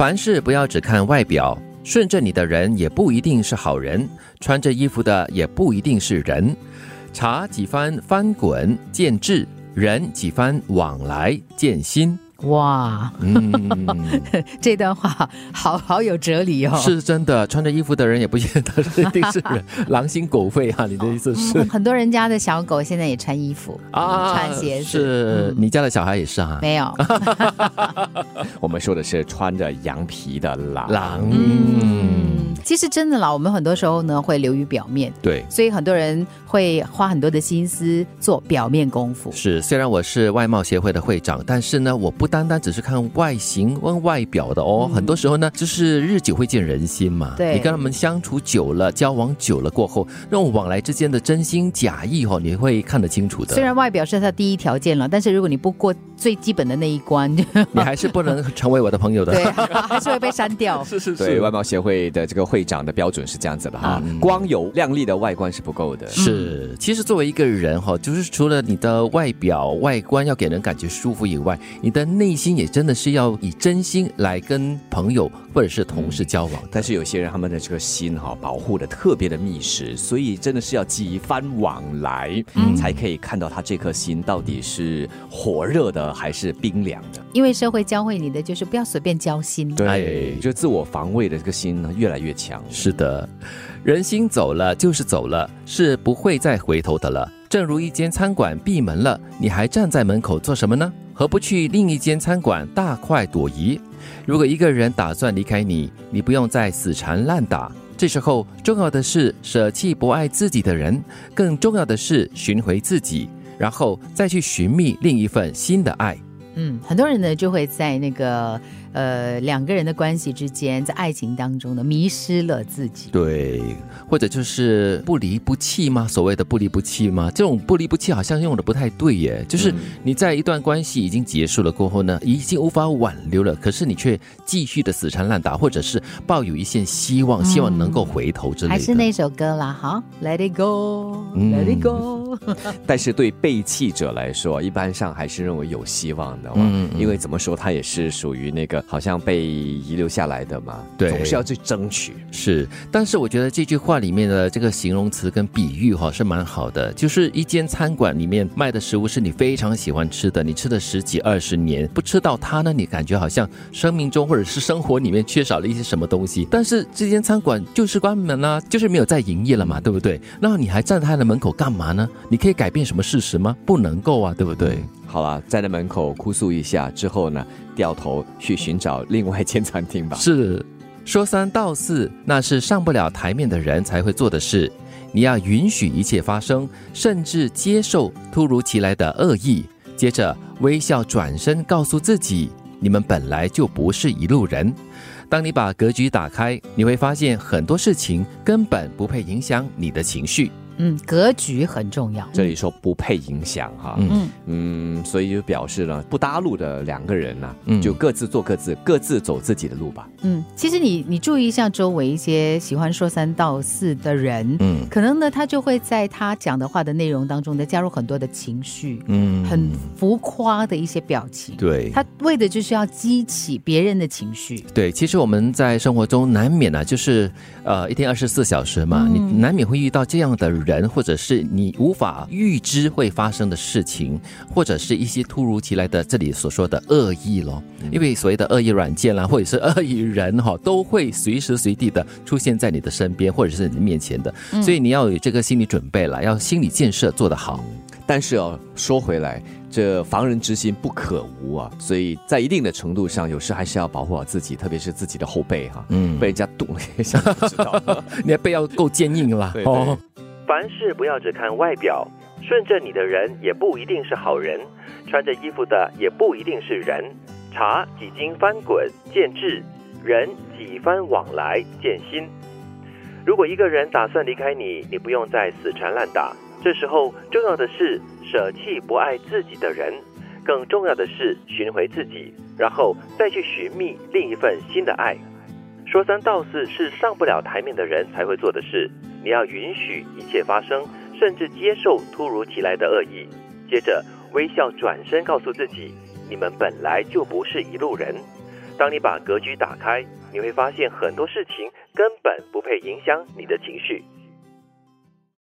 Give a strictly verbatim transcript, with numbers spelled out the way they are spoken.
凡事不要只看外表，顺着你的人也不一定是好人，穿着衣服的也不一定是人。茶几番翻滚见智，人几番往来见心。 哇，嗯，这段话好好有哲理哦。 是真的，穿着衣服的人也不见得是一定是人，狼心狗肺啊！你的意思是、 嗯、很多人家的小狗现在也穿衣服啊，穿鞋子。 是、嗯、你家的小孩也是啊？ 没有， 我们说的是穿着羊皮的狼。 狼， 嗯，其实真的啦，我们很多时候呢会流于表面， 对， 所以很多人会花很多的心思做表面功夫。 是，虽然我是外贸协会的会长，但是呢，我不单单只是看外形跟外表的哦、嗯，很多时候呢，就是日久会见人心嘛。 对， 你跟他们相处久了，交往久了过后，那种往来之间的真心假意哦，你会看得清楚的。 虽然外表是他第一条件了，但是如果你不过最基本的那一关， 你还是不能成为我的朋友的。 对，还是会被删掉。 是是是， 对，外贸协会的这个会长的标准是这样子的哈、嗯，光有亮丽的外观是不够的。 是，其实作为一个人哈，就是除了你的外表外观要给人感觉舒服以外，你的内心也真的是要以真心来跟朋友或者是同事交往、嗯、 但是有些人他们的这个心哈保护的特别的密实，所以真的是要几番往来、嗯、才可以看到他这颗心到底是火热的还是冰凉的。 因为社会教会你的就是不要随便交心， 对，就自我防卫的这个心呢越来越强。 是的，人心走了就是走了，是不会再回头的了。正如一间餐馆闭门了，你还站在门口做什么呢？何不去另一间餐馆大快朵颐？如果一个人打算离开你，你不用再死缠烂打。这时候重要的是舍弃不爱自己的人，更重要的是寻回自己，然后再去寻觅另一份新的爱。 嗯，很多人呢就会在那个呃两个人的关系之间，在爱情当中呢迷失了自己。 对，或者就是不离不弃吗？所谓的不离不弃吗？这种不离不弃好像用的不太对耶。就是你在一段关系已经结束了过后呢，已经无法挽留了，可是你却继续的死缠烂打，或者是抱有一线希望，希望能够回头之类的。 还是那首歌啦，哈 ，Let it go， Let it go。 但是对被弃者来说，一般上还是认为有希望的。嗯，因为怎么说，他也是属于那个好像被遗留下来的嘛， 对， 总是要去争取。 是，但是我觉得这句话里面的这个形容词跟比喻哈是蛮好的，就是一间餐馆里面卖的食物是你非常喜欢吃的，你吃了十几二十年，不吃到它呢，你感觉好像生命中或者是生活里面缺少了一些什么东西。但是这间餐馆就是关门啦、啊，就是没有再营业了嘛，对不对？那你还站在他的门口干嘛呢？你可以改变什么事实吗？不能够啊，对不对？ 好了，站在门口哭诉一下之后呢，掉头去寻找另外一间餐厅吧。 是，说三道四，那是上不了台面的人才会做的事。你要允许一切发生，甚至接受突如其来的恶意，接着微笑转身告诉自己，你们本来就不是一路人。当你把格局打开，你会发现很多事情根本不配影响你的情绪。 嗯，格局很重要。 这里说不配影响哈，嗯嗯，所以就表示了不搭路的两个人呢、啊嗯，就各自做各自，各自走自己的路吧。 嗯，其实你你注意一下周围一些喜欢说三道四的人，嗯，可能呢他就会在他讲的话的内容当中呢加入很多的情绪，嗯，很浮夸的一些表情。 对， 他为的就是要激起别人的情绪。 对，其实我们在生活中难免啊，就是呃一天二十四小时嘛、嗯，你难免会遇到这样的人，或者是你无法预知会发生的事情，或者是一些突如其来的这里所说的恶意咯。因为所谓的恶意软件啦，或者是恶意人哈，都会随时随地的出现在你的身边，或者是你面前的，嗯、所以你要有这个心理准备了，要心理建设做得好。 但是哦，说回来，这防人之心不可无啊，所以在一定的程度上，有时还是要保护好自己，特别是自己的后背哈，嗯，被人家动了一下就知道， 你的背要够坚硬啦。 对对哦， 凡事不要只看外表，顺着你的人也不一定是好人，穿着衣服的也不一定是人。茶几经翻滚见智，人几番往来见心。如果一个人打算离开你，你不用再死缠烂打。这时候重要的是舍弃不爱自己的人，更重要的是寻回自己，然后再去寻觅另一份新的爱。说三道四是上不了台面的人才会做的事，你要允许一切发生，甚至接受突如其来的恶意，接着微笑转身告诉自己，你们本来就不是一路人。 当你把格局打开，你会发现很多事情根本不配影响你的情绪。